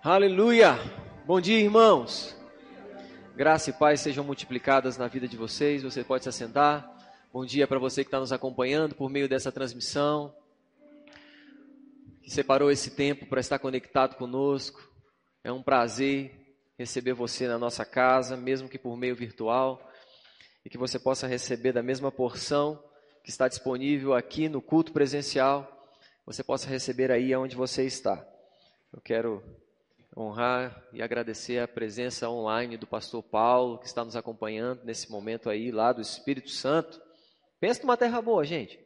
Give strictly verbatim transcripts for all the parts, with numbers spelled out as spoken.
Aleluia! Bom dia, irmãos. Graça e paz sejam multiplicadas na vida de vocês. Você pode se assentar. Bom dia para você que está nos acompanhando por meio dessa transmissão, que separou esse tempo para estar conectado conosco. É um prazer receber você na nossa casa, mesmo que por meio virtual, e que você possa receber da mesma porção que está disponível aqui no culto presencial, você possa receber aí onde você está. Eu quero honrar e agradecer a presença online do pastor Paulo, que está nos acompanhando nesse momento aí, lá do Espírito Santo. Pensa numa terra boa, gente.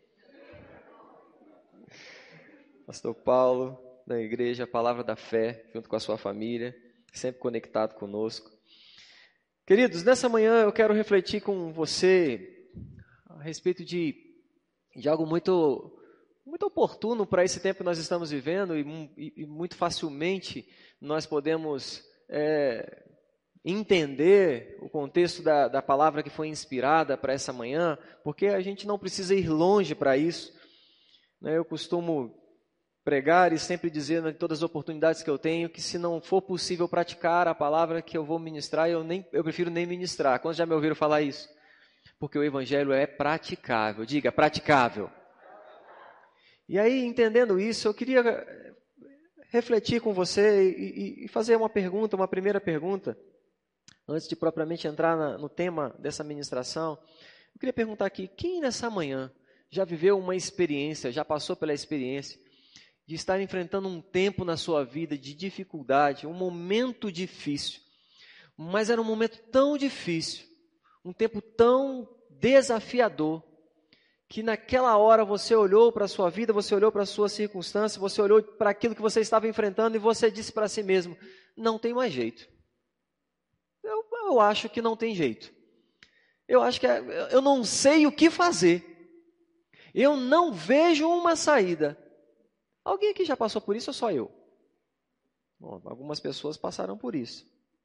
Pastor Paulo, da igreja Palavra da Fé, junto com a sua família, sempre conectado conosco. Queridos, nessa manhã eu quero refletir com você a respeito de, de algo muito, muito oportuno para esse tempo que nós estamos vivendo e, e, e muito facilmente nós podemos é, entender o contexto da, da palavra que foi inspirada para essa manhã, porque a gente não precisa ir longe para isso. Né? Eu costumo pregar e sempre dizer em todas as oportunidades que eu tenho que se não for possível praticar a palavra que eu vou ministrar, eu, nem, eu prefiro nem ministrar. Quantos já me ouviram falar isso? Porque o evangelho é praticável. Diga, praticável. E aí, entendendo isso, eu queria refletir com você e, e fazer uma pergunta, uma primeira pergunta, antes de propriamente entrar na, no tema dessa ministração. Eu queria perguntar aqui, quem nessa manhã já viveu uma experiência, já passou pela experiência de estar enfrentando um tempo na sua vida de dificuldade, um momento difícil, mas era um momento tão difícil, um tempo tão desafiador, que naquela hora você olhou para a sua vida, você olhou para a sua circunstância, você olhou para aquilo que você estava enfrentando e você disse para si mesmo, não tem mais jeito. Eu, eu acho que não tem jeito. Eu acho que é, eu não sei o que fazer. Eu não vejo uma saída. Alguém aqui já passou por isso ou só eu? Bom, algumas pessoas passaram por isso.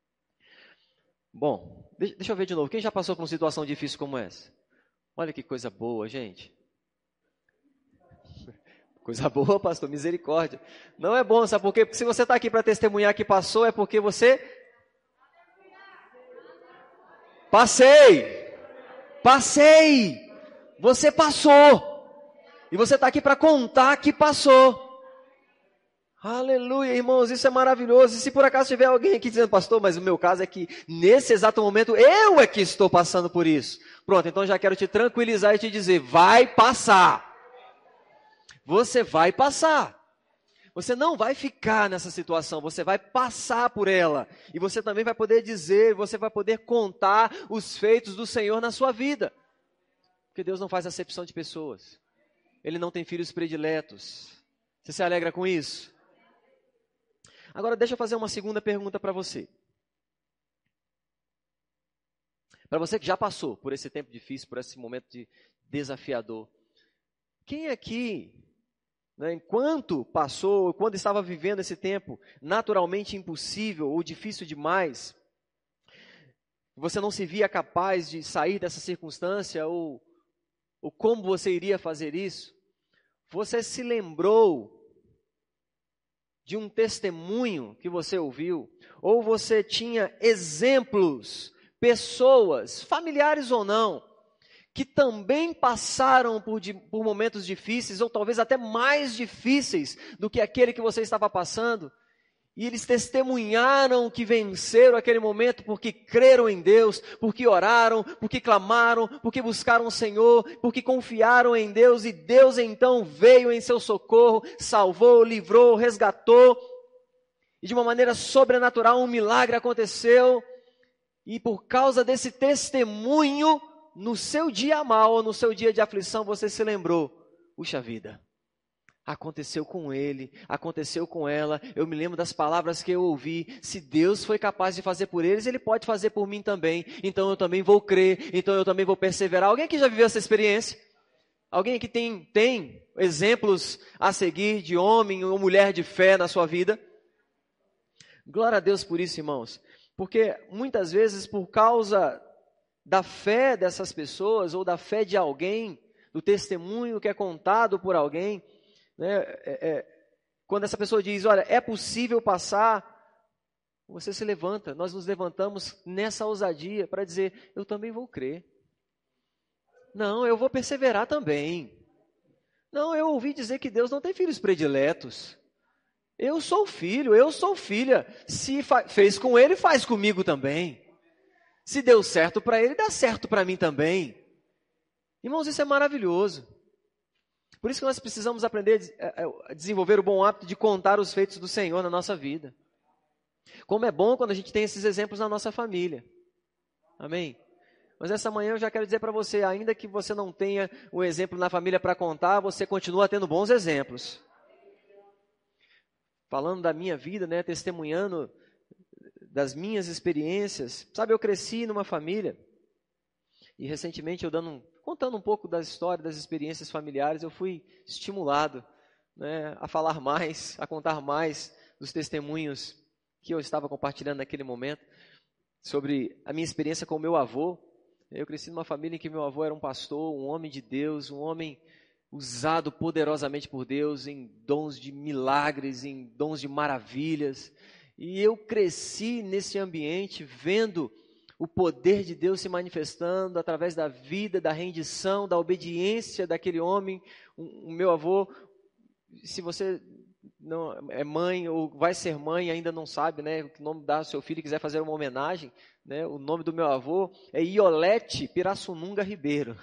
Bom, deixa, deixa eu ver de novo. Quem já passou por uma situação difícil como essa? Olha que coisa boa, gente. Coisa boa, pastor, misericórdia. Não é bom, sabe por quê? Porque se você está aqui para testemunhar que passou, é porque você... Passei! Passei! Você passou! E você está aqui para contar que passou. Aleluia, irmãos, isso é maravilhoso. E se por acaso tiver alguém aqui dizendo, pastor, mas o meu caso é que nesse exato momento eu é que estou passando por isso. Pronto, então já quero te tranquilizar e te dizer, vai passar. Você vai passar. Você não vai ficar nessa situação, você vai passar por ela. E você também vai poder dizer, você vai poder contar os feitos do Senhor na sua vida. Porque Deus não faz acepção de pessoas. Ele não tem filhos prediletos. Você se alegra com isso? Agora, deixa eu fazer uma segunda pergunta para você. Para você que já passou por esse tempo difícil, por esse momento de desafiador. Quem aqui, né, enquanto passou, quando estava vivendo esse tempo naturalmente impossível ou difícil demais, você não se via capaz de sair dessa circunstância ou, ou como você iria fazer isso, você se lembrou de um testemunho que você ouviu, ou você tinha exemplos, pessoas, familiares ou não, que também passaram por, por momentos difíceis, ou talvez até mais difíceis do que aquele que você estava passando, e eles testemunharam que venceram aquele momento porque creram em Deus, porque oraram, porque clamaram, porque buscaram o Senhor, porque confiaram em Deus, e Deus então veio em seu socorro, salvou, livrou, resgatou, e de uma maneira sobrenatural um milagre aconteceu, e por causa desse testemunho, no seu dia mal ou no seu dia de aflição, você se lembrou, puxa vida. Aconteceu com ele, aconteceu com ela, eu me lembro das palavras que eu ouvi, se Deus foi capaz de fazer por eles, Ele pode fazer por mim também, então eu também vou crer, então eu também vou perseverar. Alguém aqui já viveu essa experiência? Alguém aqui tem, tem exemplos a seguir de homem ou mulher de fé na sua vida? Glória a Deus por isso, irmãos, porque muitas vezes por causa da fé dessas pessoas ou da fé de alguém, do testemunho que é contado por alguém, né, é, é, quando essa pessoa diz, olha, é possível passar Você se levanta, nós nos levantamos nessa ousadia para dizer, eu também vou crer. Não, eu vou perseverar também. Não, eu ouvi dizer que Deus não tem filhos prediletos. Eu sou filho, eu sou filha. Se fez com ele, faz comigo também. Se deu certo para ele, dá certo para mim também. Irmãos, isso é maravilhoso. Por isso que nós precisamos aprender a desenvolver o bom hábito de contar os feitos do Senhor na nossa vida. Como é bom quando a gente tem esses exemplos na nossa família. Amém? Mas essa manhã eu já quero dizer para você, ainda que você não tenha um exemplo na família para contar, você continua tendo bons exemplos. Falando da minha vida, né, testemunhando das minhas experiências. Sabe, eu cresci numa família e recentemente eu dando, contando um pouco da história, das experiências familiares, eu fui estimulado, né, a falar mais, a contar mais dos testemunhos que eu estava compartilhando naquele momento, sobre a minha experiência com o meu avô. Eu cresci numa família em que meu avô era um pastor, um homem de Deus, um homem usado poderosamente por Deus em dons de milagres, em dons de maravilhas. E eu cresci nesse ambiente vendo o poder de Deus se manifestando através da vida, da rendição, da obediência daquele homem. O, o meu avô, se você não é mãe ou vai ser mãe, ainda não sabe, né, o nome dá ao seu filho e quiser fazer uma homenagem, né, o nome do meu avô é Iolete Pirassununga Ribeiro.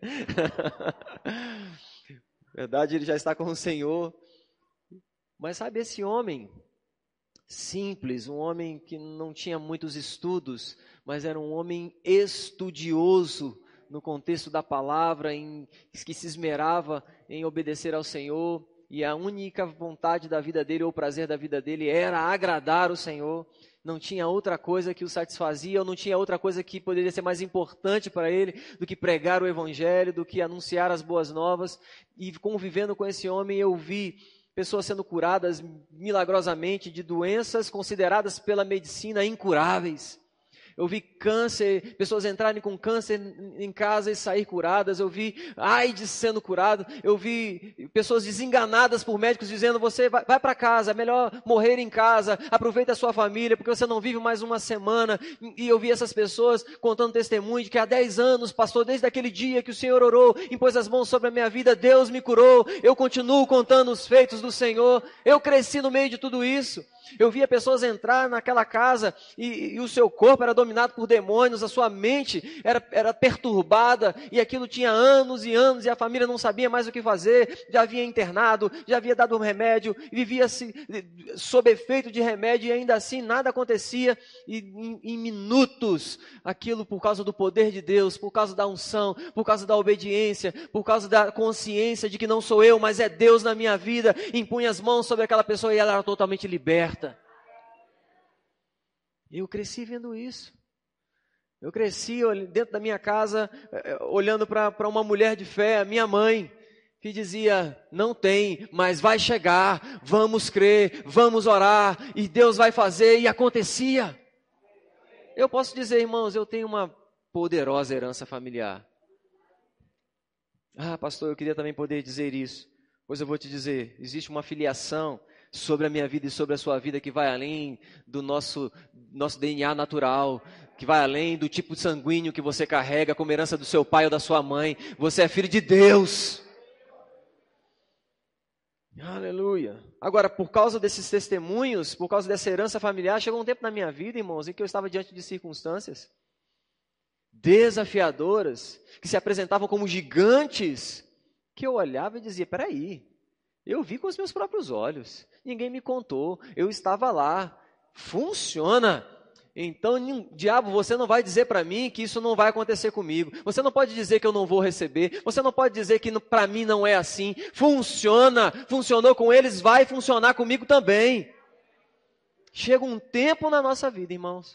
Na verdade, ele já está com o Senhor. Mas sabe, esse homem simples, um homem que não tinha muitos estudos, mas era um homem estudioso no contexto da palavra, em, que se esmerava em obedecer ao Senhor, e a única vontade da vida dele, ou o prazer da vida dele, era agradar o Senhor. Não tinha outra coisa que o satisfazia, ou não tinha outra coisa que poderia ser mais importante para ele do que pregar o Evangelho, do que anunciar as boas novas. E convivendo com esse homem, eu vi pessoas sendo curadas milagrosamente de doenças consideradas pela medicina incuráveis. Eu vi câncer, pessoas entrarem com câncer em casa e sair curadas. Eu vi AIDS sendo curado. Eu vi pessoas desenganadas por médicos dizendo, você vai, vai para casa, é melhor morrer em casa, aproveita a sua família, porque você não vive mais uma semana. E eu vi essas pessoas contando testemunho de que há dez anos, pastor, desde aquele dia que o Senhor orou, impôs as mãos sobre a minha vida, Deus me curou. Eu continuo contando os feitos do Senhor. Eu cresci no meio de tudo isso. Eu via pessoas entrar naquela casa e, e o seu corpo era dominado por demônios, a sua mente era, era perturbada e aquilo tinha anos e anos e a família não sabia mais o que fazer, já havia internado, já havia dado um remédio, vivia-se sob efeito de remédio e ainda assim nada acontecia e em, em minutos aquilo por causa do poder de Deus, por causa da unção, por causa da obediência, por causa da consciência de que não sou eu, mas é Deus na minha vida, impunha as mãos sobre aquela pessoa e ela era totalmente liberta. Eu cresci vendo isso. Eu cresci dentro da minha casa, olhando para uma mulher de fé, a minha mãe, que dizia, não tem, mas vai chegar, vamos crer, vamos orar, e Deus vai fazer, e acontecia. Eu posso dizer, irmãos, eu tenho uma poderosa herança familiar. Ah, pastor, eu queria também poder dizer isso. Pois eu vou te dizer, existe uma filiação sobre a minha vida e sobre a sua vida que vai além do nosso, nosso D N A natural, que vai além do tipo sanguíneo que você carrega como herança do seu pai ou da sua mãe. Você é filho de Deus. Aleluia. Agora, por causa desses testemunhos, por causa dessa herança familiar, chegou um tempo na minha vida, irmãos, em que eu estava diante de circunstâncias desafiadoras, que se apresentavam como gigantes, que eu olhava e dizia, peraí, eu vi com os meus próprios olhos, ninguém me contou, eu estava lá, funciona. Então, diabo, você não vai dizer para mim que isso não vai acontecer comigo, você não pode dizer que eu não vou receber, você não pode dizer que para mim não é assim, funciona, funcionou com eles, vai funcionar comigo também. Chega um tempo na nossa vida, irmãos,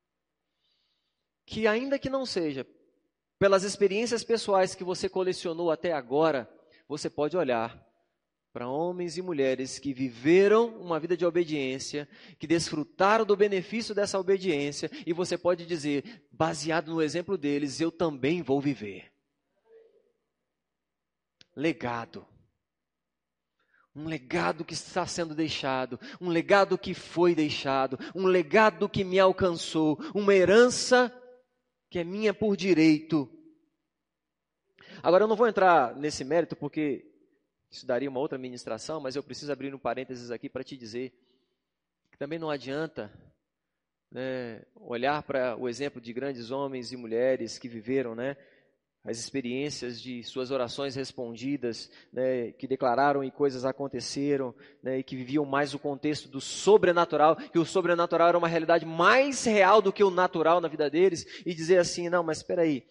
que ainda que não seja pelas experiências pessoais que você colecionou até agora, você pode olhar para homens e mulheres que viveram uma vida de obediência, que desfrutaram do benefício dessa obediência, e você pode dizer, baseado no exemplo deles, eu também vou viver. Legado. Um legado que está sendo deixado, um legado que foi deixado, um legado que me alcançou, uma herança que é minha por direito. Agora eu não vou entrar nesse mérito porque isso daria uma outra ministração, mas eu preciso abrir um parênteses aqui para te dizer que também não adianta, né, olhar para o exemplo de grandes homens e mulheres que viveram, né, as experiências de suas orações respondidas, né, que declararam e coisas aconteceram, né, e que viviam mais o contexto do sobrenatural, que o sobrenatural era uma realidade mais real do que o natural na vida deles, e dizer assim, não, mas espera aí,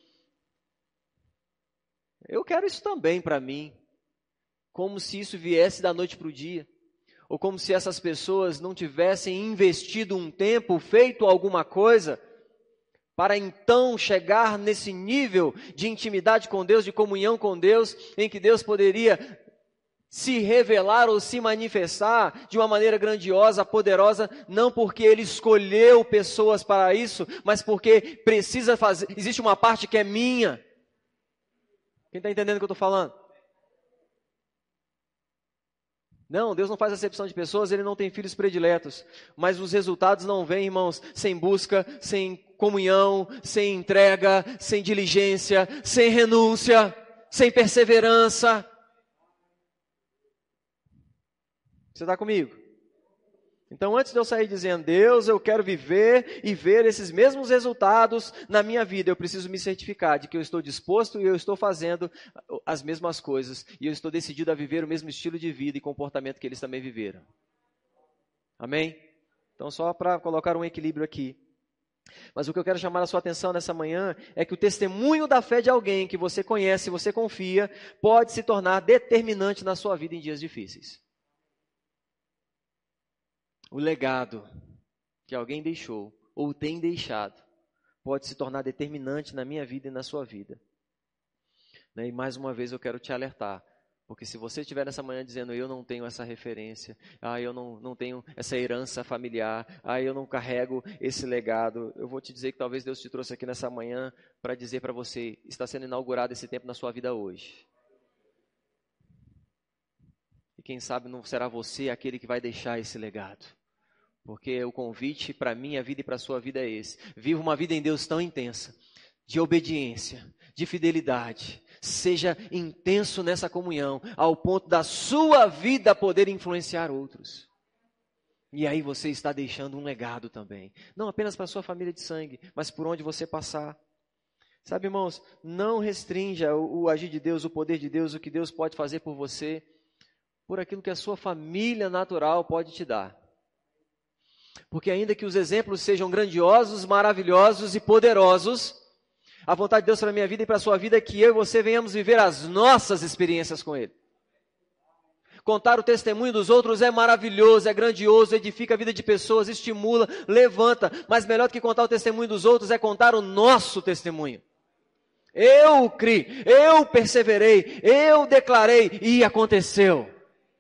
eu quero isso também para mim, como se isso viesse da noite para o dia, ou como se essas pessoas não tivessem investido um tempo, feito alguma coisa, para então chegar nesse nível de intimidade com Deus, de comunhão com Deus, em que Deus poderia se revelar ou se manifestar de uma maneira grandiosa, poderosa, não porque Ele escolheu pessoas para isso, mas porque precisa fazer, existe uma parte que é minha. Quem está entendendo o que eu estou falando? Não, Deus não faz acepção de pessoas, Ele não tem filhos prediletos. Mas os resultados não vêm, irmãos, sem busca, sem comunhão, sem entrega, sem diligência, sem renúncia, sem perseverança. Você está comigo? Então, antes de eu sair dizendo, Deus, eu quero viver e ver esses mesmos resultados na minha vida, eu preciso me certificar de que eu estou disposto e eu estou fazendo as mesmas coisas. E eu estou decidido a viver o mesmo estilo de vida e comportamento que eles também viveram. Amém? Então, só para colocar um equilíbrio aqui. Mas o que eu quero chamar a sua atenção nessa manhã é que o testemunho da fé de alguém que você conhece, você confia, pode se tornar determinante na sua vida em dias difíceis. O legado que alguém deixou ou tem deixado pode se tornar determinante na minha vida e na sua vida. Né? E mais uma vez eu quero te alertar, porque se você estiver nessa manhã dizendo, eu não tenho essa referência, ah, eu não, não tenho essa herança familiar, ah, eu não carrego esse legado, eu vou te dizer que talvez Deus te trouxe aqui nessa manhã para dizer para você, está sendo inaugurado esse tempo na sua vida hoje. E quem sabe não será você aquele que vai deixar esse legado. Porque o convite para a minha vida e para a sua vida é esse. Viva uma vida em Deus tão intensa, de obediência, de fidelidade. Seja intenso nessa comunhão, ao ponto da sua vida poder influenciar outros. E aí você está deixando um legado também. Não apenas para a sua família de sangue, mas por onde você passar. Sabe, irmãos, não restrinja o, o agir de Deus, o poder de Deus, o que Deus pode fazer por você, por aquilo que a sua família natural pode te dar. Porque ainda que os exemplos sejam grandiosos, maravilhosos e poderosos, a vontade de Deus para a minha vida e para a sua vida é que eu e você venhamos viver as nossas experiências com Ele. Contar o testemunho dos outros é maravilhoso, é grandioso, edifica a vida de pessoas, estimula, levanta. Mas melhor do que contar o testemunho dos outros é contar o nosso testemunho. Eu criei, eu perseverei, eu declarei e aconteceu.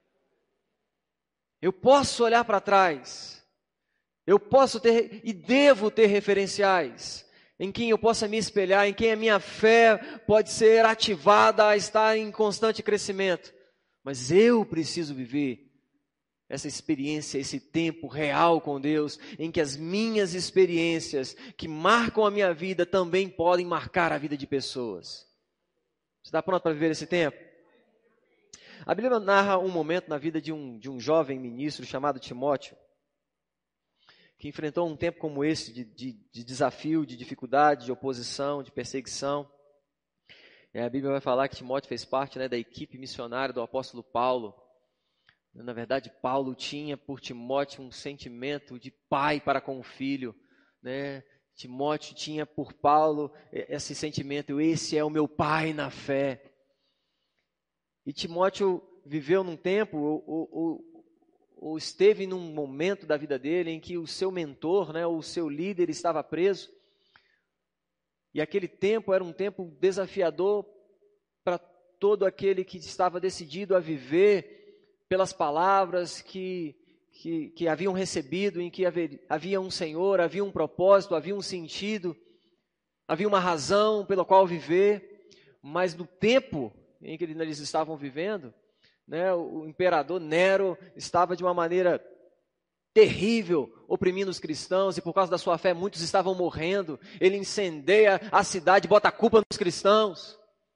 Eu posso olhar para trás. Eu posso ter e devo ter referenciais em quem eu possa me espelhar, em quem a minha fé pode ser ativada a estar em constante crescimento. Mas eu preciso viver essa experiência, esse tempo real com Deus, em que as minhas experiências que marcam a minha vida também podem marcar a vida de pessoas. Você está pronto para viver esse tempo? A Bíblia narra um momento na vida de um, de um jovem ministro chamado Timóteo, que enfrentou um tempo como esse de, de, de desafio, de dificuldade, de oposição, de perseguição. E a Bíblia vai falar que Timóteo fez parte, né, da equipe missionária do apóstolo Paulo. Na verdade, Paulo tinha por Timóteo um sentimento de pai para com o filho. Né? Timóteo tinha por Paulo esse sentimento, esse é o meu pai na fé. E Timóteo viveu num tempo, ou, ou, ou esteve num momento da vida dele em que o seu mentor, né, o seu líder estava preso. E aquele tempo era um tempo desafiador para todo aquele que estava decidido a viver pelas palavras que, que, que haviam recebido, em que haver, havia um Senhor, havia um propósito, havia um sentido, havia uma razão pela qual viver. Mas no tempo em que eles estavam vivendo, né, o imperador Nero estava de uma maneira terrível, oprimindo os cristãos, e por causa da sua fé muitos estavam morrendo. Ele incendeia a cidade, bota a culpa nos cristãos.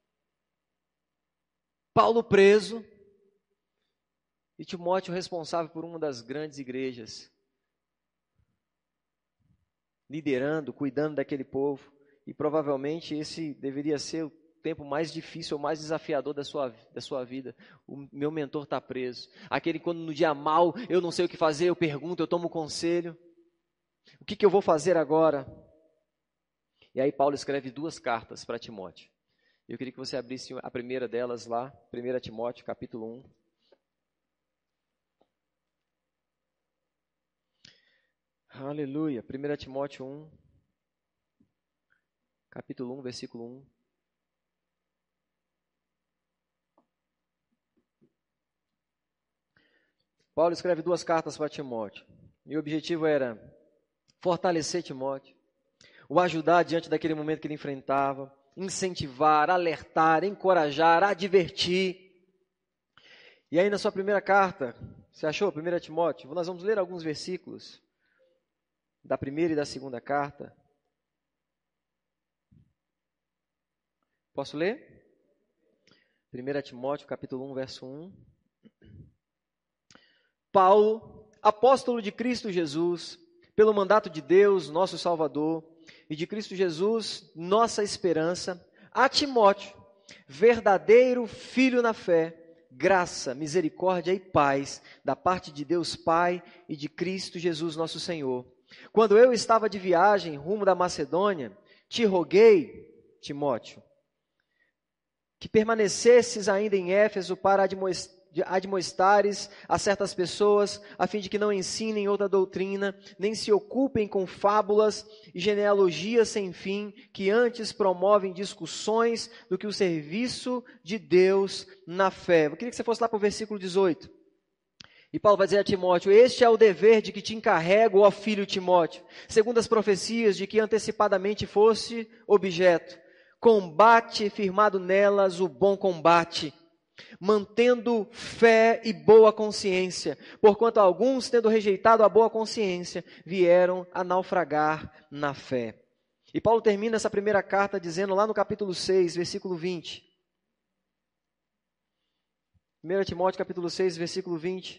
Paulo preso, e Timóteo responsável por uma das grandes igrejas, liderando, cuidando daquele povo, e provavelmente esse deveria ser o tempo mais difícil ou mais desafiador da sua, da sua vida. O meu mentor está preso. Aquele quando no dia mal eu não sei o que fazer, eu pergunto, eu tomo conselho. O que, que eu vou fazer agora? E aí Paulo escreve duas cartas para Timóteo. Eu queria que você abrisse a primeira delas lá, primeira Timóteo, capítulo um. Aleluia. primeira Timóteo um, capítulo um, versículo um. Paulo escreve duas cartas para Timóteo. E o objetivo era fortalecer Timóteo, o ajudar diante daquele momento que ele enfrentava, incentivar, alertar, encorajar, advertir. E aí na sua primeira carta, você achou? primeira Timóteo? Nós vamos ler alguns versículos da primeira e da segunda carta. Posso ler? primeira Timóteo, capítulo um, verso um. Paulo, apóstolo de Cristo Jesus, pelo mandato de Deus, nosso Salvador, e de Cristo Jesus, nossa esperança, a Timóteo, verdadeiro filho na fé, graça, misericórdia e paz, da parte de Deus Pai e de Cristo Jesus, nosso Senhor. Quando eu estava de viagem rumo da Macedônia, te roguei, Timóteo, que permanecesses ainda em Éfeso para admoestares admoestares a certas pessoas, a fim de que não ensinem outra doutrina, nem se ocupem com fábulas e genealogias sem fim, que antes promovem discussões do que o serviço de Deus na fé. Eu queria que você fosse lá para o versículo dezoito. E Paulo vai dizer a Timóteo: este é o dever de que te encarrego, ó filho Timóteo, segundo as profecias de que antecipadamente foste objeto. Combate firmado nelas o bom combate, mantendo fé e boa consciência, porquanto alguns, tendo rejeitado a boa consciência, vieram a naufragar na fé. E Paulo termina essa primeira carta dizendo lá no capítulo seis, versículo vinte. primeira Timóteo, capítulo seis, versículo vinte.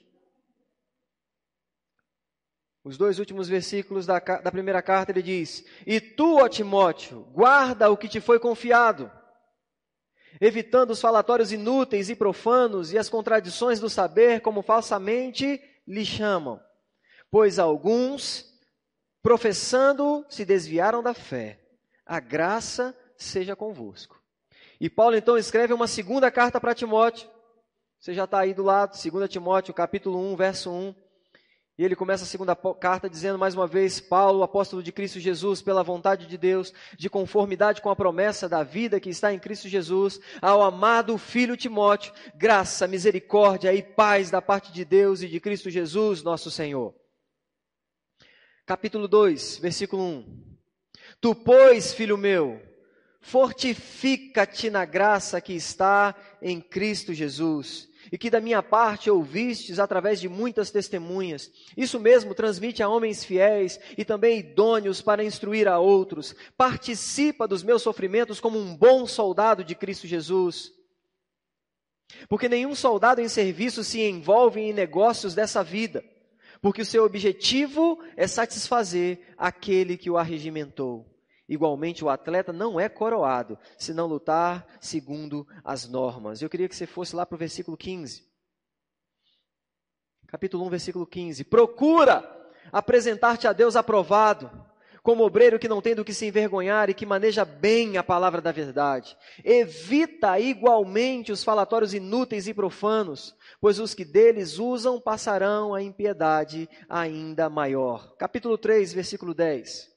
Os dois últimos versículos da, da primeira carta, ele diz: e tu, ó Timóteo, guarda o que te foi confiado, evitando os falatórios inúteis e profanos e as contradições do saber, como falsamente lhe chamam. Pois alguns, professando, se desviaram da fé. A graça seja convosco. E Paulo então escreve uma segunda carta para Timóteo. Você já está aí do lado, segunda Timóteo, capítulo um, verso um. E ele começa a segunda carta dizendo mais uma vez: Paulo, apóstolo de Cristo Jesus, pela vontade de Deus, de conformidade com a promessa da vida que está em Cristo Jesus, ao amado filho Timóteo, graça, misericórdia e paz da parte de Deus e de Cristo Jesus, nosso Senhor. Capítulo dois, versículo um. Tu, pois, filho meu, fortifica-te na graça que está em Cristo Jesus, e que da minha parte ouvistes através de muitas testemunhas. Isso mesmo transmite a homens fiéis e também idôneos para instruir a outros. Participa dos meus sofrimentos como um bom soldado de Cristo Jesus. Porque nenhum soldado em serviço se envolve em negócios dessa vida, porque o seu objetivo é satisfazer aquele que o arregimentou. Igualmente, o atleta não é coroado, se não lutar segundo as normas. Eu queria que você fosse lá para o versículo quinze. Capítulo um, versículo quinze. Procura apresentar-te a Deus aprovado, como obreiro que não tem do que se envergonhar e que maneja bem a palavra da verdade. Evita igualmente os falatórios inúteis e profanos, pois os que deles usam passarão a impiedade ainda maior. Capítulo três, versículo dez.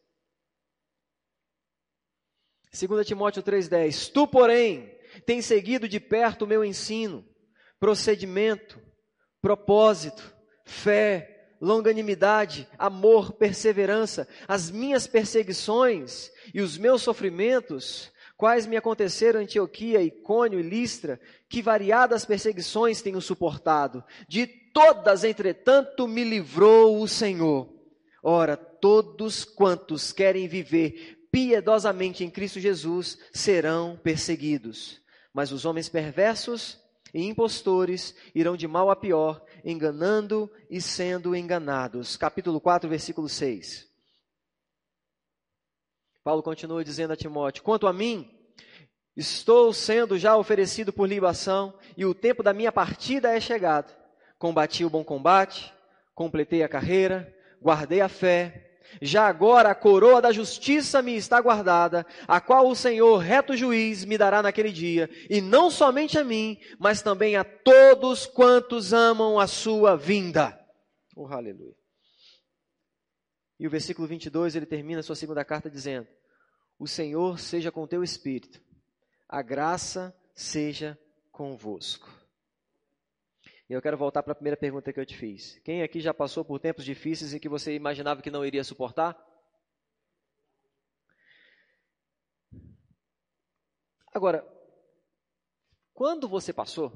segunda Timóteo três, dez. Tu, porém, tens seguido de perto o meu ensino, procedimento, propósito, fé, longanimidade, amor, perseverança, as minhas perseguições e os meus sofrimentos, quais me aconteceram em Antioquia, Icônio e Listra, que variadas perseguições tenho suportado. De todas, entretanto, me livrou o Senhor. Ora, todos quantos querem viver piedosamente em Cristo Jesus serão perseguidos. Mas os homens perversos e impostores irão de mal a pior, enganando e sendo enganados. Capítulo quatro, versículo seis. Paulo continua dizendo a Timóteo: quanto a mim, estou sendo já oferecido por libação, e o tempo da minha partida é chegado. Combati o bom combate, completei a carreira, guardei a fé. Já agora a coroa da justiça me está guardada, a qual o Senhor, reto juiz, me dará naquele dia, e não somente a mim, mas também a todos quantos amam a sua vinda. Oh, aleluia. E o versículo vinte e dois, ele termina a sua segunda carta dizendo: o Senhor seja com teu espírito, a graça seja convosco. E eu quero voltar para a primeira pergunta que eu te fiz. Quem aqui já passou por tempos difíceis em que você imaginava que não iria suportar? Agora, quando você passou,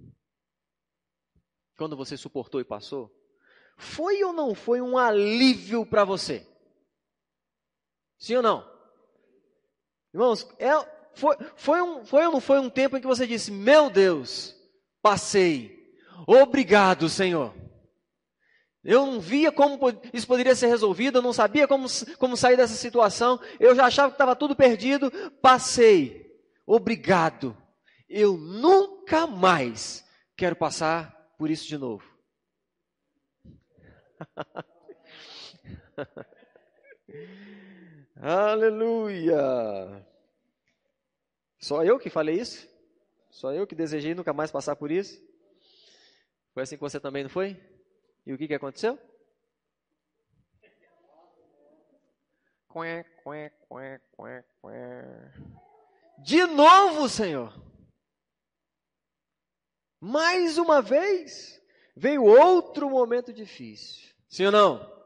quando você suportou e passou, foi ou não foi um alívio para você? Sim ou não? Irmãos, é, foi, foi, um, foi ou não foi um tempo em que você disse: meu Deus, passei. Obrigado, Senhor. Eu não via como isso poderia ser resolvido, eu não sabia como, como sair dessa situação, eu já achava que estava tudo perdido, passei. Obrigado. Eu nunca mais quero passar por isso de novo. Aleluia. Só eu que falei isso? Só eu que desejei nunca mais passar por isso? Foi assim que você também, não foi? E o que, que aconteceu? Quê, quê, quê, quê, quê. De novo, Senhor. Mais uma vez, veio outro momento difícil. Sim ou não?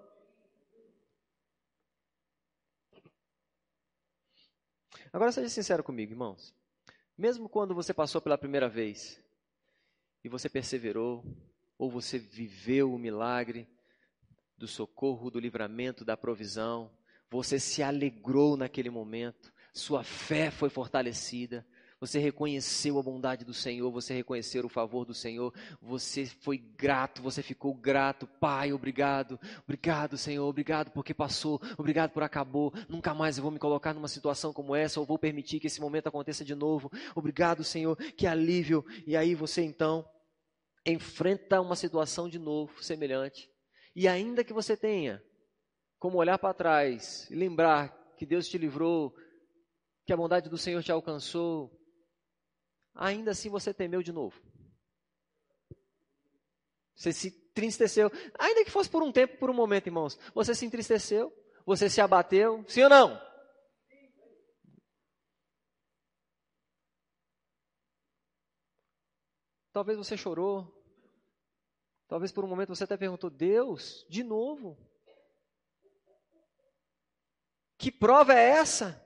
Agora seja sincero comigo, irmãos. Mesmo quando você passou pela primeira vez, e você perseverou, ou você viveu o milagre do socorro, do livramento, da provisão, você se alegrou naquele momento, sua fé foi fortalecida, você reconheceu a bondade do Senhor, você reconheceu o favor do Senhor, você foi grato, você ficou grato. Pai, obrigado, obrigado, Senhor, obrigado porque passou, obrigado por acabou, nunca mais eu vou me colocar numa situação como essa, ou vou permitir que esse momento aconteça de novo. Obrigado, Senhor, que alívio. E aí você então enfrenta uma situação de novo, semelhante, e ainda que você tenha como olhar para trás e lembrar que Deus te livrou, que a bondade do Senhor te alcançou, ainda assim você temeu de novo. Você se entristeceu, ainda que fosse por um tempo, por um momento, irmãos, você se entristeceu, você se abateu, sim ou não? Talvez você chorou, talvez por um momento você até perguntou: Deus, de novo? Que prova é essa?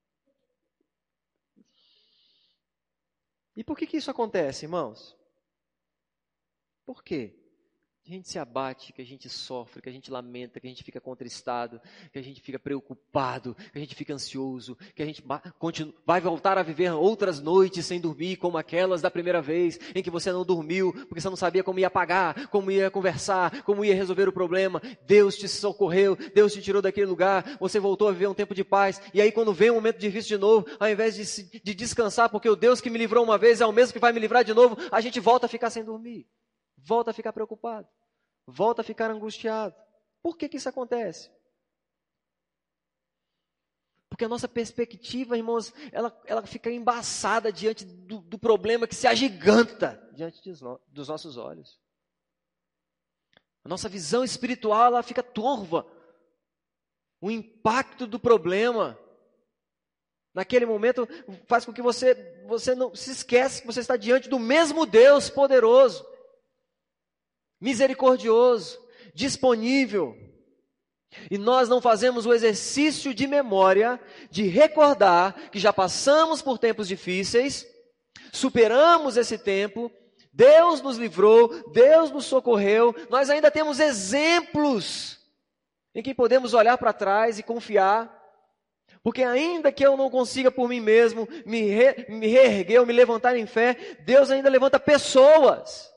E por que que isso acontece, irmãos? Por quê? Que a gente se abate, que a gente sofre, que a gente lamenta, que a gente fica contristado, que a gente fica preocupado, que a gente fica ansioso, que a gente vai voltar a viver outras noites sem dormir, como aquelas da primeira vez, em que você não dormiu, porque você não sabia como ia pagar, como ia conversar, como ia resolver o problema. Deus te socorreu, Deus te tirou daquele lugar, você voltou a viver um tempo de paz, e aí quando vem um momento difícil de novo, ao invés de, de descansar, porque o Deus que me livrou uma vez é o mesmo que vai me livrar de novo, a gente volta a ficar sem dormir. Volta a ficar preocupado, volta a ficar angustiado. Por que que isso acontece? Porque a nossa perspectiva, irmãos, ela, ela fica embaçada diante do, do problema que se agiganta diante dos, no, dos nossos olhos. A nossa visão espiritual, ela fica turva. O impacto do problema, naquele momento, faz com que você, você não se esqueça que você está diante do mesmo Deus poderoso, misericordioso, disponível, E nós não fazemos o exercício de memória, de recordar que já passamos por tempos difíceis, superamos esse tempo, Deus nos livrou, Deus nos socorreu, nós ainda temos exemplos em que podemos olhar para trás e confiar, porque ainda que eu não consiga por mim mesmo me, re, me reerguer ou me levantar em fé, Deus ainda levanta pessoas.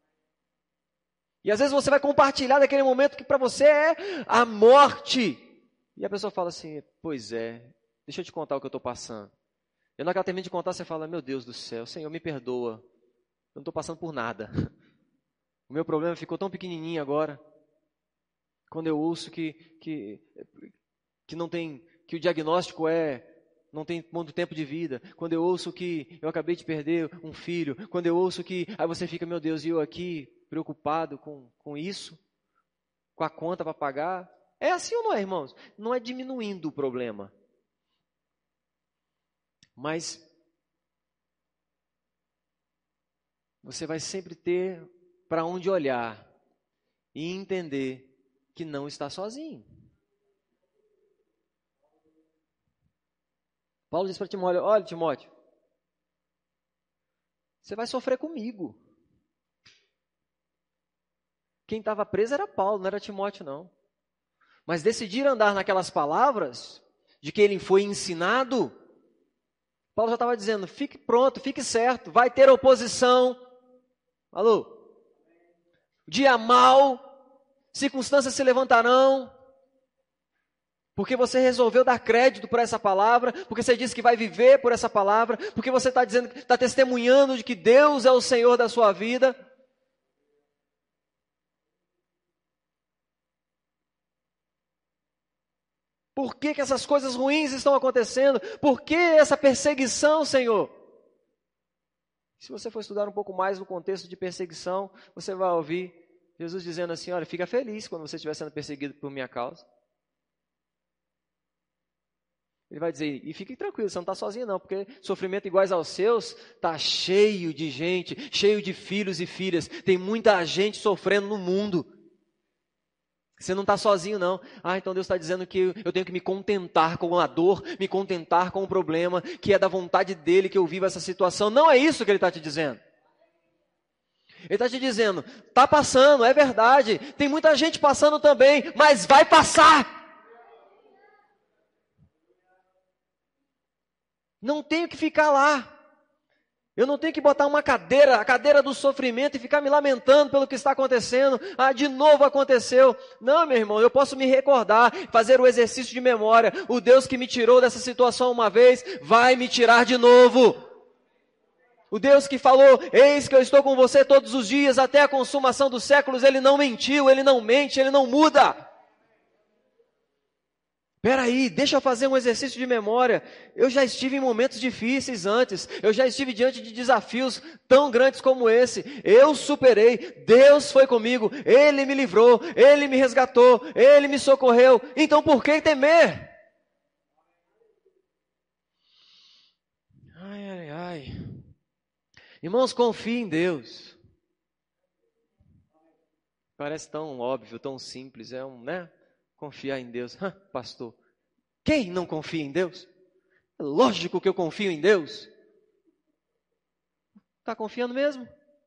E às vezes você vai compartilhar daquele momento que para você é a morte. E a pessoa fala assim, pois é, deixa eu te contar o que eu estou passando. E na hora que ela termina de contar, você fala, meu Deus do céu, Senhor, me perdoa. Eu não estou passando por nada. O meu problema ficou tão pequenininho agora. Quando eu ouço que, que, que, não tem, que o diagnóstico é, não tem muito tempo de vida. Quando eu ouço que eu acabei de perder um filho. Quando eu ouço que, aí você fica, meu Deus, e eu aqui preocupado com, com isso? Com a conta para pagar? É assim ou não é, irmãos? Não é diminuindo o problema. Mas você vai sempre ter para onde olhar e entender que não está sozinho. Paulo diz para Timóteo, olha Timóteo, você vai sofrer comigo. Quem estava preso era Paulo, não era Timóteo não. Mas decidir andar naquelas palavras, de que ele foi ensinado, Paulo já estava dizendo, fique pronto, fique certo, vai ter oposição. Alô? Dia mau, circunstâncias se levantarão, porque você resolveu dar crédito por essa palavra, porque você disse que vai viver por essa palavra, porque você está dizendo, está testemunhando de que Deus é o Senhor da sua vida. Por que que essas coisas ruins estão acontecendo? Por que essa perseguição, Senhor? Se você for estudar um pouco mais no contexto de perseguição, você vai ouvir Jesus dizendo assim, olha, fica feliz quando você estiver sendo perseguido por minha causa. Ele vai dizer, e fique tranquilo, você não está sozinho não, porque sofrimento iguais aos seus está cheio de gente, cheio de filhos e filhas. Tem muita gente sofrendo no mundo. Você não está sozinho não. Ah, então Deus está dizendo que eu tenho que me contentar com a dor, me contentar com o problema, que é da vontade dEle que eu viva essa situação. Não é isso que Ele está te dizendo. Ele está te dizendo, está passando, é verdade, tem muita gente passando também, mas vai passar. Não tenho que ficar lá. Eu não tenho que botar uma cadeira, a cadeira do sofrimento e ficar me lamentando pelo que está acontecendo. Ah, de novo aconteceu. Não, meu irmão, eu posso me recordar, fazer o exercício de memória. O Deus que me tirou dessa situação uma vez, vai me tirar de novo. O Deus que falou, eis que eu estou com você todos os dias, até a consumação dos séculos, Ele não mentiu, Ele não mente, Ele não muda. Peraí, deixa eu fazer um exercício de memória. Eu já estive em momentos difíceis antes. Eu já estive diante de desafios tão grandes como esse. Eu superei. Deus foi comigo. Ele me livrou. Ele me resgatou. Ele me socorreu. Então por que temer? Ai, ai, ai. Irmãos, confie em Deus. Parece tão óbvio, tão simples. É um, né? Confiar em Deus. Hã, pastor, quem não confia em Deus? É lógico que eu confio em Deus. Está confiando mesmo?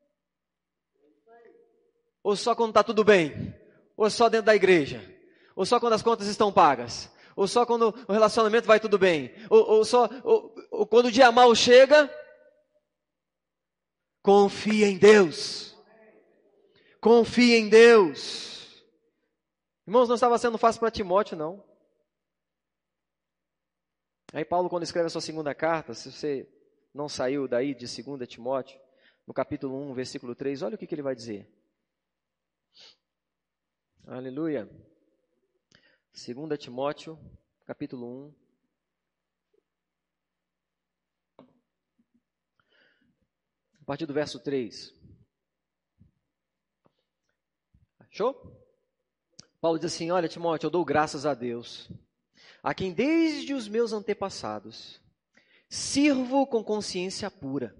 Ou só quando está tudo bem? Ou só dentro da igreja? Ou só quando as contas estão pagas? Ou só quando o relacionamento vai tudo bem? Ou, ou só ou, ou quando o dia mal chega? Confia em Deus. Confia em Deus. Irmãos, não estava sendo fácil para Timóteo, não. Aí Paulo, quando escreve a sua segunda carta, se você não saiu daí de segunda Timóteo, no capítulo um, versículo três, olha o que, que ele vai dizer. Aleluia. segunda Timóteo, capítulo um. A partir do verso três. Achou? Paulo diz assim, olha Timóteo, eu dou graças a Deus, a quem desde os meus antepassados sirvo com consciência pura,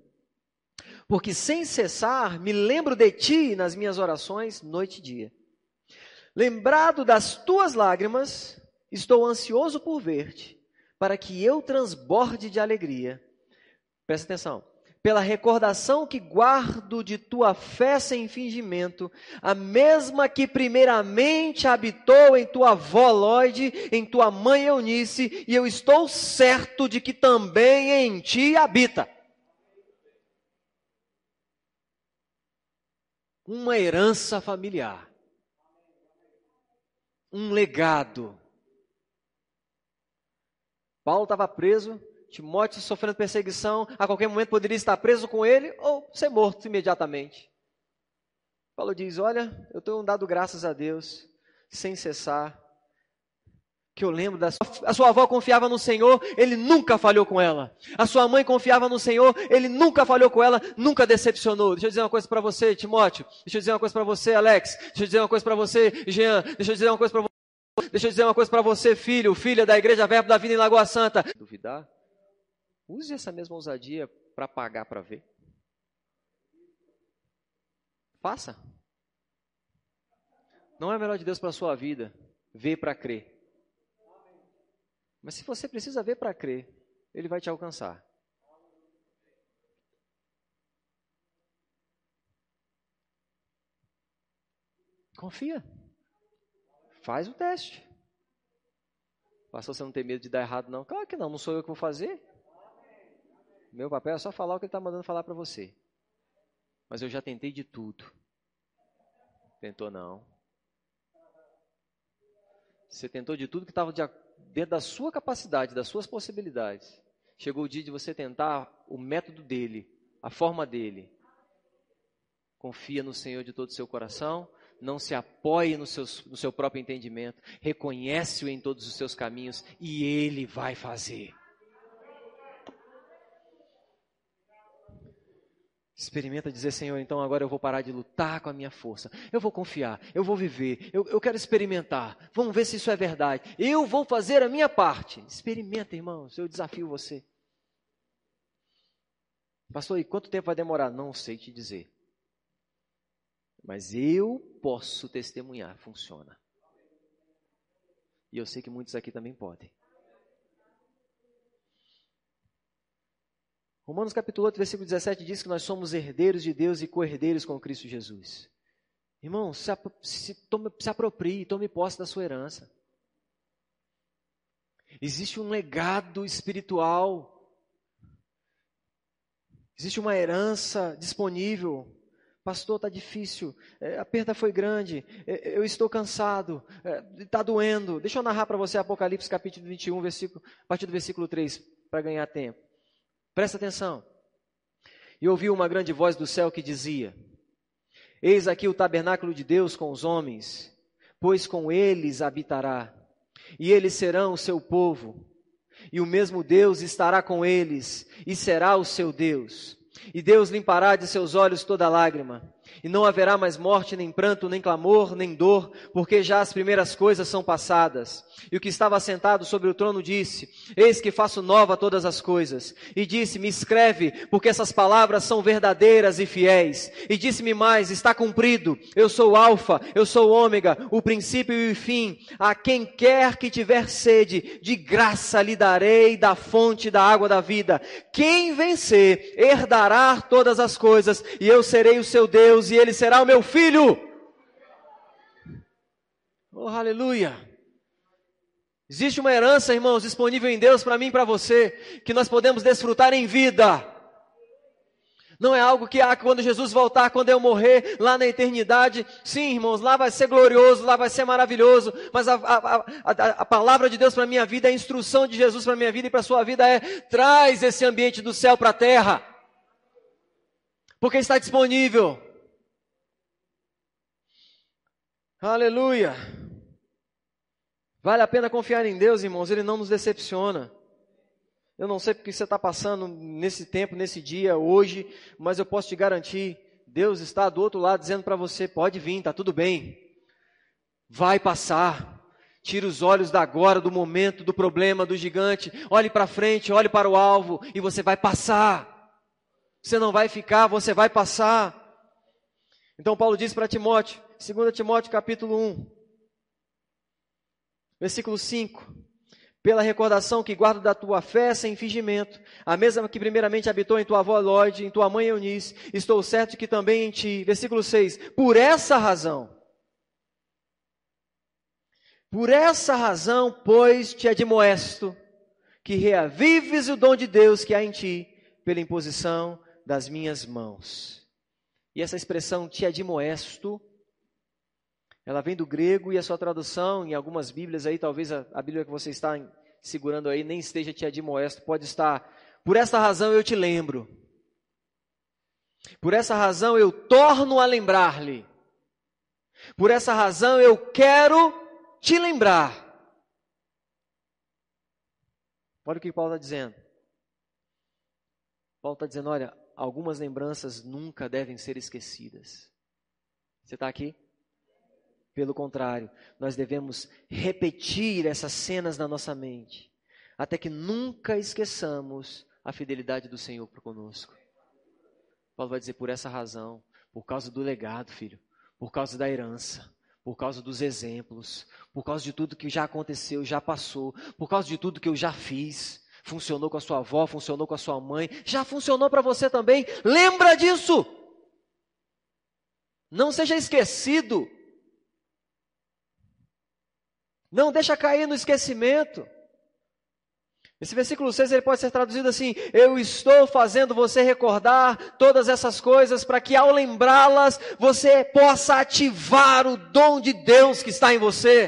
porque sem cessar me lembro de ti nas minhas orações noite e dia, Lembrado das tuas lágrimas, estou ansioso por ver-te, para que eu transborde de alegria. Presta atenção. Pela recordação que guardo de tua fé sem fingimento, a mesma que primeiramente habitou em tua avó Lóide, em tua mãe Eunice, e eu estou certo de que também em ti habita. Uma herança familiar. Um legado. Paulo estava preso, Timóteo sofrendo perseguição, a qualquer momento poderia estar preso com ele ou ser morto imediatamente. Paulo diz, olha, eu tenho dado graças a Deus, sem cessar, que eu lembro da sua, a sua avó confiava no Senhor, ele nunca falhou com ela. A sua mãe confiava no Senhor, ele nunca falhou com ela, nunca decepcionou. Deixa eu dizer uma coisa para você, Timóteo. Deixa eu dizer uma coisa para você, Alex. Deixa eu dizer uma coisa para você, Jean. Deixa eu dizer uma coisa para você. Deixa eu dizer uma coisa para você, filho, filha da Igreja Verbo da Vida em Lagoa Santa. Duvidar? Use essa mesma ousadia para pagar para ver. Faça. Não é o melhor de Deus para a sua vida, ver para crer. Mas se você precisa ver para crer, Ele vai te alcançar. Confia. Faz o teste. Pastor, você não tem medo de dar errado não? Claro que não, não sou eu que vou fazer. Meu papel é só falar o que Ele está mandando falar para você. Mas eu já tentei de tudo. Tentou não. Você tentou de tudo que estava dentro da sua capacidade, das suas possibilidades. Chegou o dia de você tentar o método dele, a forma dele. Confia no Senhor de todo o seu coração. Não se apoie no seu, no seu próprio entendimento. Reconhece-o em todos os seus caminhos e Ele vai fazer. Experimenta dizer, Senhor, então agora eu vou parar de lutar com a minha força. Eu vou confiar, eu vou viver, eu, eu quero experimentar. Vamos ver se isso é verdade. Eu vou fazer a minha parte. Experimenta, irmãos, eu desafio você. Pastor, e quanto tempo vai demorar? Não sei te dizer. Mas eu posso testemunhar, funciona. E eu sei que muitos aqui também podem. Romanos capítulo oito, versículo dezessete diz que nós somos herdeiros de Deus e co-herdeiros com Cristo Jesus. Irmão, se, se, tome, se aproprie, tome posse da sua herança. Existe um legado espiritual. Existe uma herança disponível. Pastor, está difícil, é, a perda foi grande, é, eu estou cansado, está é, doendo. Deixa eu narrar para você Apocalipse capítulo vinte e um, versículo, a partir do versículo três, para ganhar tempo. Presta atenção. E ouvi uma grande voz do céu que dizia: eis aqui o tabernáculo de Deus com os homens, pois com eles habitará, e eles serão o seu povo, e o mesmo Deus estará com eles, e será o seu Deus. E Deus limpará de seus olhos toda lágrima, e não haverá mais morte, nem pranto, nem clamor, nem dor, porque já as primeiras coisas são passadas. E o que estava sentado sobre o trono disse: eis que faço nova todas as coisas. E disse-me: escreve, porque essas palavras são verdadeiras e fiéis. E disse-me mais: está cumprido, eu sou o Alfa, eu sou o Ômega, o princípio e o fim. A quem quer que tiver sede, de graça lhe darei da fonte da água da vida. Quem vencer, herdará todas as coisas, e eu serei o seu Deus, e ele será o meu filho. Oh, aleluia. Existe uma herança, irmãos, disponível em Deus para mim e para você, que nós podemos desfrutar em vida. Não é algo que ah, quando Jesus voltar, quando eu morrer, lá na eternidade, sim, irmãos, lá vai ser glorioso, lá vai ser maravilhoso, mas a, a, a, a palavra de Deus para a minha vida, a instrução de Jesus para a minha vida e para a sua vida é: traz esse ambiente do céu para a terra, porque está disponível. Aleluia. Vale a pena confiar em Deus, irmãos, Ele não nos decepciona. Eu não sei porque você está passando nesse tempo, nesse dia, hoje, mas eu posso te garantir, Deus está do outro lado dizendo para você: pode vir, está tudo bem. Vai passar. Tira os olhos da agora, do momento, do problema, do gigante. Olhe para frente, olhe para o alvo e você vai passar. Você não vai ficar, você vai passar. Então Paulo diz para Timóteo, dois Timóteo capítulo um, Versículo cinco. Pela recordação que guardo da tua fé sem fingimento, a mesma que primeiramente habitou em tua avó Lóide, em tua mãe Eunice, estou certo de que também em ti. Versículo seis. Por essa razão, por essa razão, pois, te admoesto, que reavives o dom de Deus que há em ti, pela imposição das minhas mãos. E essa expressão, te admoesto, ela vem do grego e a sua tradução, em algumas bíblias aí, talvez a, a bíblia que você está segurando aí, nem esteja te admoesto, pode estar, por essa razão eu te lembro. Por essa razão eu torno a lembrar-lhe. Por essa razão eu quero te lembrar. Olha o que Paulo está dizendo. Paulo está dizendo, olha, algumas lembranças nunca devem ser esquecidas. Você está aqui? Pelo contrário, nós devemos repetir essas cenas na nossa mente, até que nunca esqueçamos a fidelidade do Senhor para conosco. Paulo vai dizer, por essa razão, por causa do legado, filho, por causa da herança, por causa dos exemplos, por causa de tudo que já aconteceu, já passou, por causa de tudo que eu já fiz, funcionou com a sua avó, funcionou com a sua mãe, já funcionou para você também, lembra disso! Não seja esquecido. Não deixa cair no esquecimento. Esse versículo seis ele pode ser traduzido assim, eu estou fazendo você recordar todas essas coisas para que ao lembrá-las você possa ativar o dom de Deus que está em você.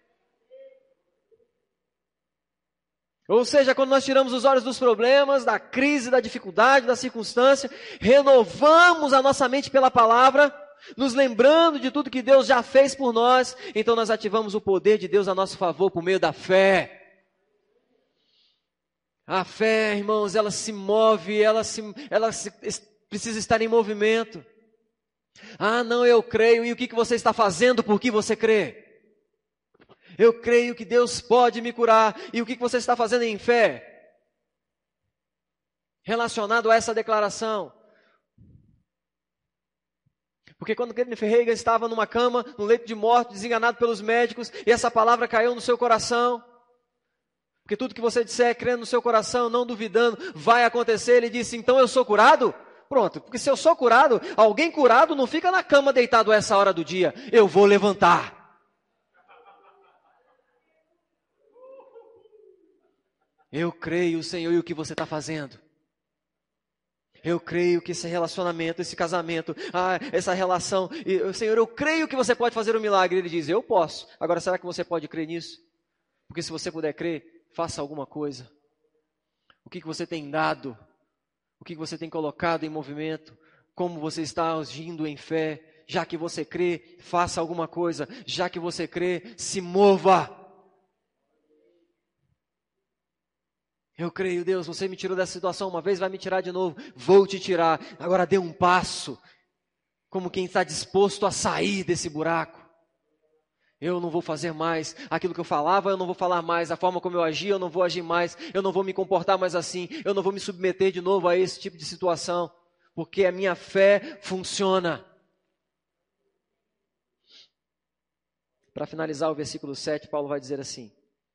Ou seja, quando nós tiramos os olhos dos problemas, da crise, da dificuldade, da circunstância, renovamos a nossa mente pela palavra, nos lembrando de tudo que Deus já fez por nós, então nós ativamos o poder de Deus a nosso favor por meio da fé. A fé, irmãos, ela se move, ela, se, ela se, precisa estar em movimento. Ah, não, eu creio, e o que, que você está fazendo por que você crê? Eu creio que Deus pode me curar, e o que, que você está fazendo em fé? Relacionado a essa declaração. Porque quando Kenneth Reagan estava numa cama, no leito de morte, desenganado pelos médicos, e essa palavra caiu no seu coração, porque tudo que você disser, crendo no seu coração, não duvidando, vai acontecer, ele disse, então eu sou curado? Pronto, porque se eu sou curado, alguém curado não fica na cama deitado a essa hora do dia, eu vou levantar. Eu creio, Senhor, e o que você está fazendo? Eu creio que esse relacionamento, esse casamento, ah, essa relação, e, Senhor, eu creio que você pode fazer um milagre. Ele diz, eu posso. Agora, será que você pode crer nisso? Porque se você puder crer, faça alguma coisa. O que, que você tem dado? O que, que você tem colocado em movimento? Como você está agindo em fé? Já que você crê, faça alguma coisa. Já que você crê, se mova. Eu creio, Deus, você me tirou dessa situação uma vez, vai me tirar de novo. Vou te tirar. Agora dê um passo. Como quem está disposto a sair desse buraco. Eu não vou fazer mais aquilo que eu falava, eu não vou falar mais. A forma como eu agia, eu não vou agir mais. Eu não vou me comportar mais assim. Eu não vou me submeter de novo a esse tipo de situação. Porque a minha fé funciona. Para finalizar o versículo sete, Paulo vai dizer assim.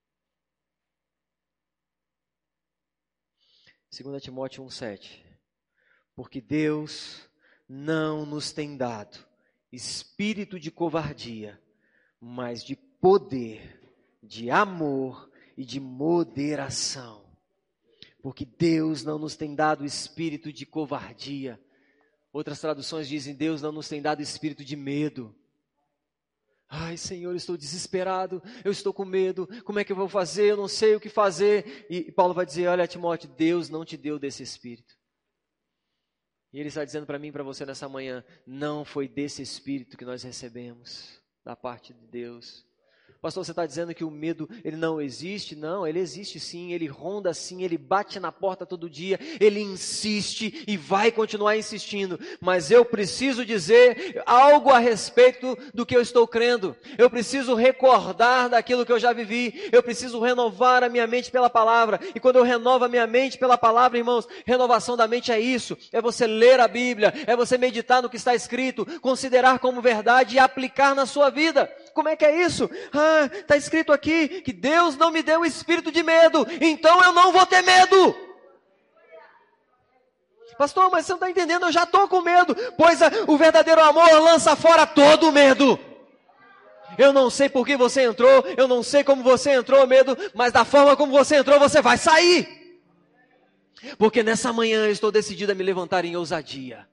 dois Timóteo um, sete. Porque Deus não nos tem dado espírito de covardia, mas de poder, de amor e de moderação. Porque Deus não nos tem dado espírito de covardia. Outras traduções dizem, Deus não nos tem dado espírito de medo. Ai, Senhor, eu estou desesperado, eu estou com medo, como é que eu vou fazer? Eu não sei o que fazer. E Paulo vai dizer, olha, Timóteo, Deus não te deu desse espírito. E ele está dizendo para mim e para você nessa manhã, não foi desse espírito que nós recebemos, da parte de Deus. Pastor, você está dizendo que o medo, ele não existe? Não, ele existe sim, ele ronda sim, ele bate na porta todo dia, ele insiste e vai continuar insistindo. Mas eu preciso dizer algo a respeito do que eu estou crendo. Eu preciso recordar daquilo que eu já vivi. Eu preciso renovar a minha mente pela palavra. E quando eu renovo a minha mente pela palavra, irmãos, renovação da mente é isso. É você ler a Bíblia, é você meditar no que está escrito, considerar como verdade e aplicar na sua vida. como é que é isso? Ah, está escrito aqui que Deus não me deu o espírito de medo, então eu não vou ter medo. Pastor, mas você não está entendendo, eu já estou com medo. Pois a, o verdadeiro amor lança fora todo o medo. Eu não sei por que você entrou, eu não sei como você entrou, medo, mas da forma como você entrou, você vai sair. Porque nessa manhã eu estou decidido a me levantar em ousadia.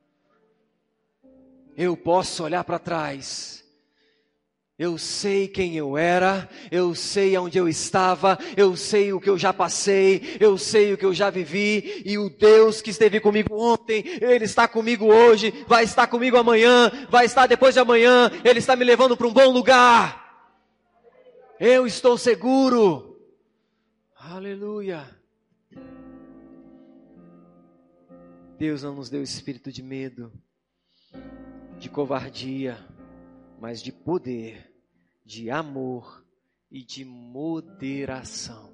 Eu posso olhar para trás. Eu sei quem eu era, eu sei onde eu estava, eu sei o que eu já passei, eu sei o que eu já vivi, e o Deus que esteve comigo ontem, Ele está comigo hoje, vai estar comigo amanhã, vai estar depois de amanhã, Ele está me levando para um bom lugar. Eu estou seguro. Aleluia. Deus não nos deu espírito de medo, de covardia, mas de poder, de amor e de moderação.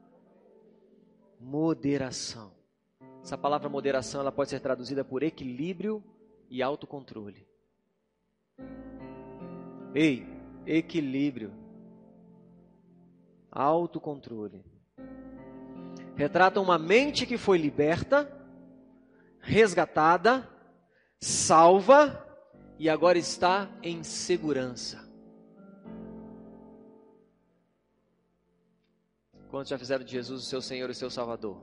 Moderação. Essa palavra moderação, ela pode ser traduzida por equilíbrio e autocontrole. Ei, equilíbrio, autocontrole. Retrata uma mente que foi liberta, resgatada, salva e agora está em segurança. Quantos já fizeram de Jesus o seu Senhor e o seu Salvador?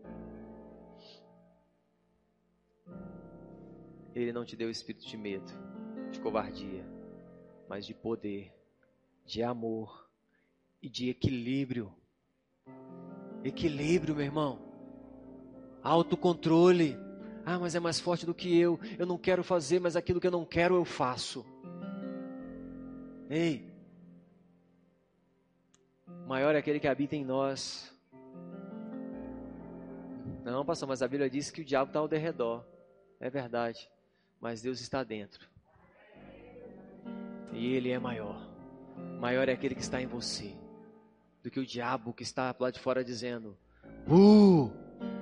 Ele não te deu espírito de medo, de covardia, mas de poder, de amor e de equilíbrio. Equilíbrio, meu irmão. Autocontrole. Ah, mas é mais forte do que eu. Eu não quero fazer, mas aquilo que eu não quero eu faço. Ei. Maior é aquele que habita em nós. Não, pastor, mas a Bíblia diz que o diabo está ao derredor. É verdade. Mas Deus está dentro. E Ele é maior. Maior é aquele que está em você do que o diabo que está lá de fora dizendo: Uh!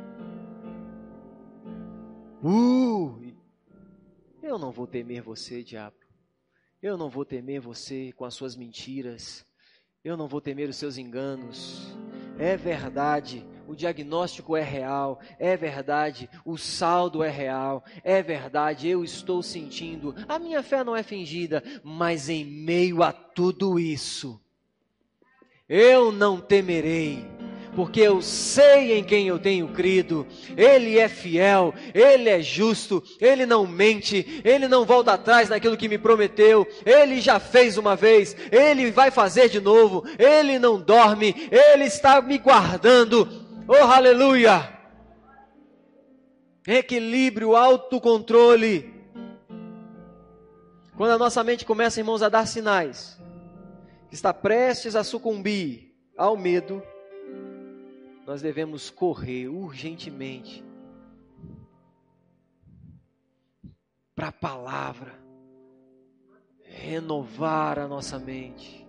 Uh! Eu não vou temer você, diabo. Eu não vou temer você com as suas mentiras. Eu não vou temer os seus enganos. É verdade, o diagnóstico é real. É verdade, o saldo é real. É verdade, eu estou sentindo. A minha fé não é fingida, mas em meio a tudo isso, eu não temerei. Porque eu sei em quem eu tenho crido. Ele é fiel, Ele é justo, Ele não mente, Ele não volta atrás naquilo que me prometeu. Ele já fez uma vez, Ele vai fazer de novo. Ele não dorme, Ele está me guardando. Oh, aleluia! Equilíbrio, autocontrole. Quando a nossa mente começa, irmãos, a dar sinais que está prestes a sucumbir ao medo, nós devemos correr urgentemente para a palavra, renovar a nossa mente.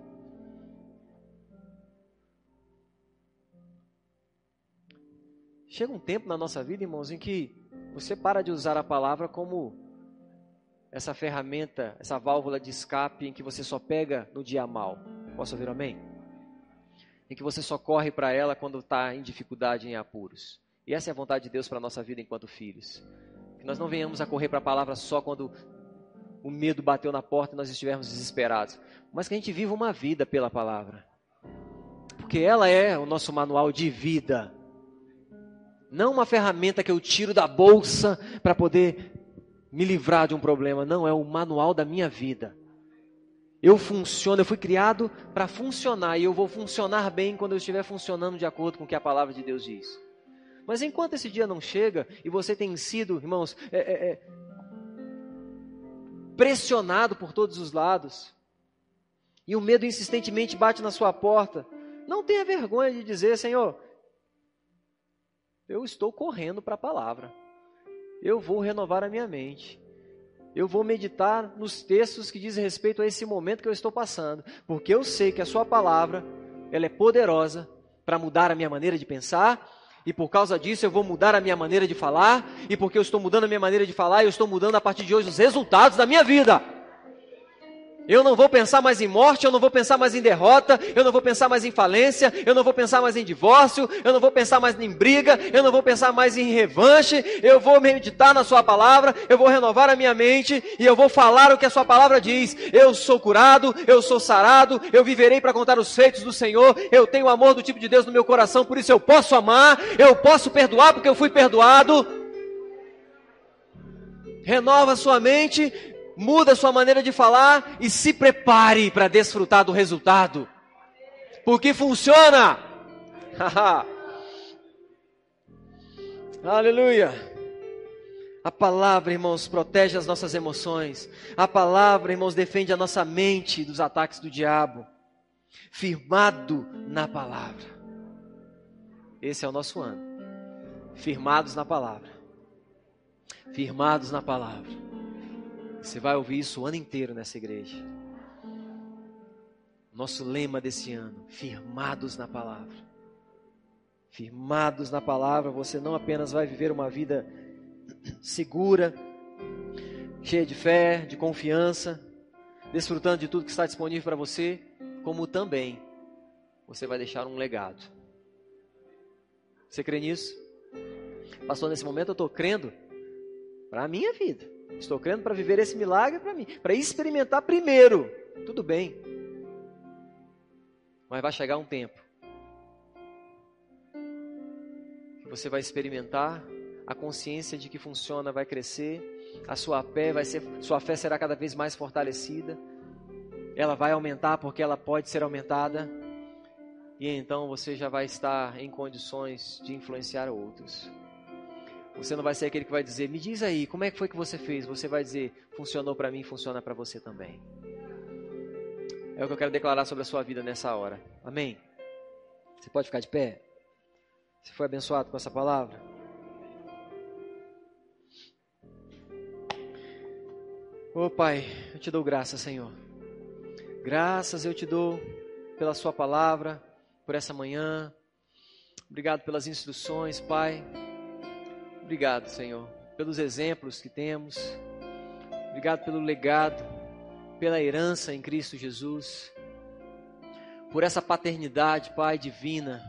Chega um tempo na nossa vida, irmãos, em que você para de usar a palavra como essa ferramenta, essa válvula de escape em que você só pega no dia mal. Posso ouvir um amém? Em que você só corre para ela quando está em dificuldade, em apuros. E essa é a vontade de Deus para a nossa vida enquanto filhos. Que nós não venhamos a correr para a palavra só quando o medo bateu na porta e nós estivermos desesperados. Mas que a gente viva uma vida pela palavra. Porque ela é o nosso manual de vida. Não uma ferramenta que eu tiro da bolsa para poder me livrar de um problema. Não, é o manual da minha vida. Eu funciono, eu fui criado para funcionar e eu vou funcionar bem quando eu estiver funcionando de acordo com o que a palavra de Deus diz. Mas enquanto esse dia não chega e você tem sido, irmãos, é, é, é, pressionado por todos os lados e o medo insistentemente bate na sua porta, não tenha vergonha de dizer: Senhor, eu estou correndo para a palavra, eu vou renovar a minha mente. Eu vou meditar nos textos que dizem respeito a esse momento que eu estou passando, porque eu sei que a sua palavra, ela é poderosa para mudar a minha maneira de pensar, e por causa disso eu vou mudar a minha maneira de falar, e porque eu estou mudando a minha maneira de falar, eu estou mudando a partir de hoje os resultados da minha vida. Eu não vou pensar mais em morte, eu não vou pensar mais em derrota, eu não vou pensar mais em falência, eu não vou pensar mais em divórcio, eu não vou pensar mais em briga, eu não vou pensar mais em revanche, eu vou meditar na sua palavra, eu vou renovar a minha mente e eu vou falar o que a sua palavra diz. Eu sou curado, eu sou sarado, eu viverei para contar os feitos do Senhor, eu tenho o amor do tipo de Deus no meu coração, por isso eu posso amar, eu posso perdoar porque eu fui perdoado. Renova a sua mente, muda a sua maneira de falar e se prepare para desfrutar do resultado. Porque funciona. Aleluia. A palavra, irmãos, protege as nossas emoções. A palavra, irmãos, defende a nossa mente dos ataques do diabo. Firmado na palavra. Esse é o nosso ano. Firmados na palavra. Firmados na palavra. Você vai ouvir isso o ano inteiro nessa igreja. Nosso lema desse ano, firmados na palavra. Firmados na palavra, você não apenas vai viver uma vida segura, cheia de fé, de confiança, desfrutando de tudo que está disponível para você, como também você vai deixar um legado. Você crê nisso? Pastor, nesse momento eu estou crendo para a minha vida. Estou crendo para viver esse milagre para mim, para experimentar primeiro. Tudo bem. Mas vai chegar um tempo que você vai experimentar, a consciência de que funciona vai crescer, a sua fé vai ser, sua fé será cada vez mais fortalecida. Ela vai aumentar porque ela pode ser aumentada. E então você já vai estar em condições de influenciar outros. Você não vai ser aquele que vai dizer, me diz aí, como é que foi que você fez? Você vai dizer, funcionou para mim, funciona para você também. É o que eu quero declarar sobre a sua vida nessa hora. Amém? Você pode ficar de pé? Você foi abençoado com essa palavra? Ô Pai, eu te dou graças, Senhor. Graças eu te dou pela sua palavra, por essa manhã. Obrigado pelas instruções, Pai. Obrigado, Senhor, pelos exemplos que temos. Obrigado pelo legado, pela herança em Cristo Jesus. Por essa paternidade, Pai, divina.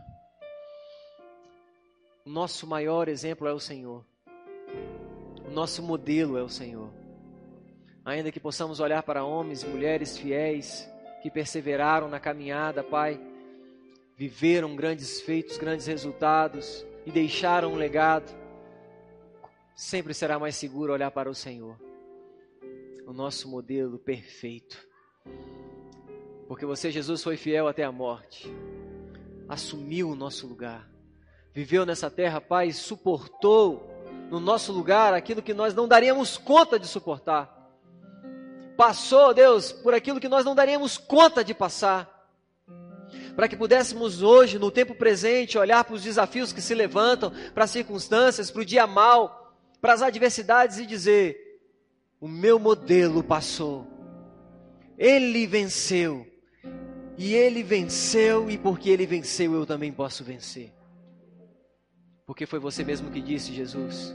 O nosso maior exemplo é o Senhor. O nosso modelo é o Senhor. Ainda que possamos olhar para homens e mulheres fiéis, que perseveraram na caminhada, Pai, viveram grandes feitos, grandes resultados e deixaram um legado. Sempre será mais seguro olhar para o Senhor, o nosso modelo perfeito. Porque você, Jesus, foi fiel até a morte, assumiu o nosso lugar, viveu nessa terra, Pai, e suportou no nosso lugar aquilo que nós não daríamos conta de suportar. Passou, Deus, por aquilo que nós não daríamos conta de passar. Para que pudéssemos hoje, no tempo presente, olhar para os desafios que se levantam, para as circunstâncias, para o dia mau, para as adversidades e dizer, o meu modelo passou, ele venceu, e ele venceu, e porque ele venceu, eu também posso vencer. Porque foi você mesmo que disse, Jesus,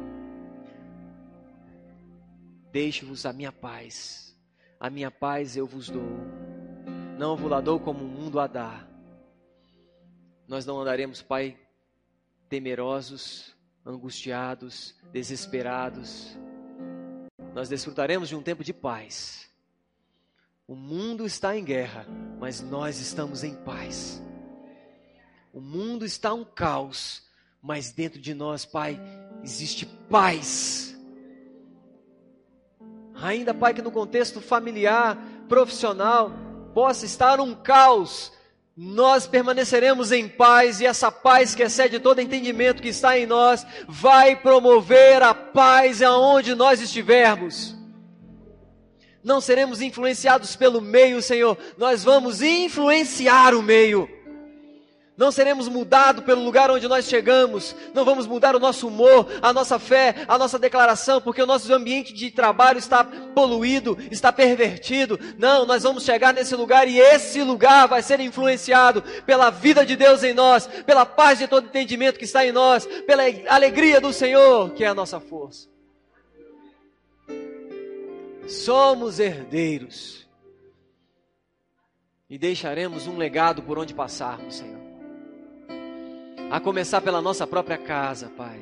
deixo-vos a minha paz, a minha paz eu vos dou, não vos la dou como o mundo a dá. Nós não andaremos, Pai, temerosos, angustiados, desesperados. Nós desfrutaremos de um tempo de paz. O mundo está em guerra, mas nós estamos em paz. O mundo está um caos, mas dentro de nós, Pai, existe paz. Ainda, Pai, que no contexto familiar, profissional, possa estar um caos, nós permaneceremos em paz, e essa paz que excede todo entendimento que está em nós, vai promover a paz aonde nós estivermos. Não seremos influenciados pelo meio, Senhor, nós vamos influenciar o meio. Não seremos mudados pelo lugar onde nós chegamos, não vamos mudar o nosso humor, a nossa fé, a nossa declaração, porque o nosso ambiente de trabalho está poluído, está pervertido. Não, nós vamos chegar nesse lugar e esse lugar vai ser influenciado pela vida de Deus em nós, pela paz de todo entendimento que está em nós, pela alegria do Senhor, que é a nossa força. Somos herdeiros e deixaremos um legado por onde passarmos, Senhor. A começar pela nossa própria casa, Pai.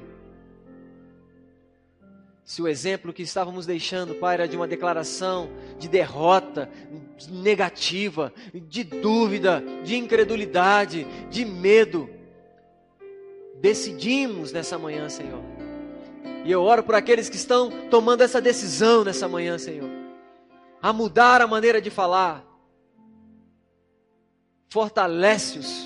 Se o exemplo que estávamos deixando, Pai, era de uma declaração de derrota negativa, de dúvida, de incredulidade, de medo, decidimos nessa manhã, Senhor. E eu oro por aqueles que estão tomando essa decisão nessa manhã, Senhor, a mudar a maneira de falar. Fortalece-os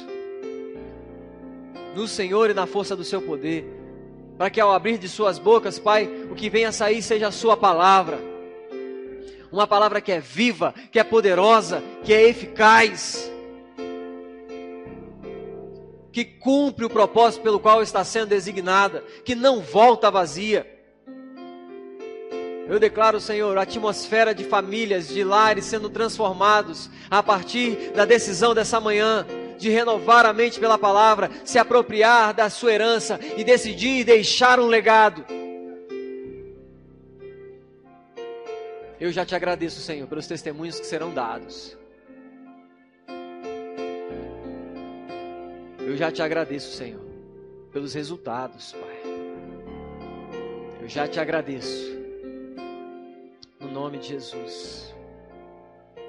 no Senhor e na força do seu poder, para que ao abrir de suas bocas, Pai, o que venha a sair seja a sua palavra. Uma palavra que é viva, que é poderosa, que é eficaz, que cumpre o propósito pelo qual está sendo designada, que não volta vazia. Eu declaro, Senhor, a atmosfera de famílias, de lares sendo transformados a partir da decisão dessa manhã, de renovar a mente pela palavra, se apropriar da sua herança e decidir deixar um legado. Eu já te agradeço, Senhor, pelos testemunhos que serão dados. Eu já te agradeço, Senhor, pelos resultados, Pai. Eu já te agradeço. No nome de Jesus.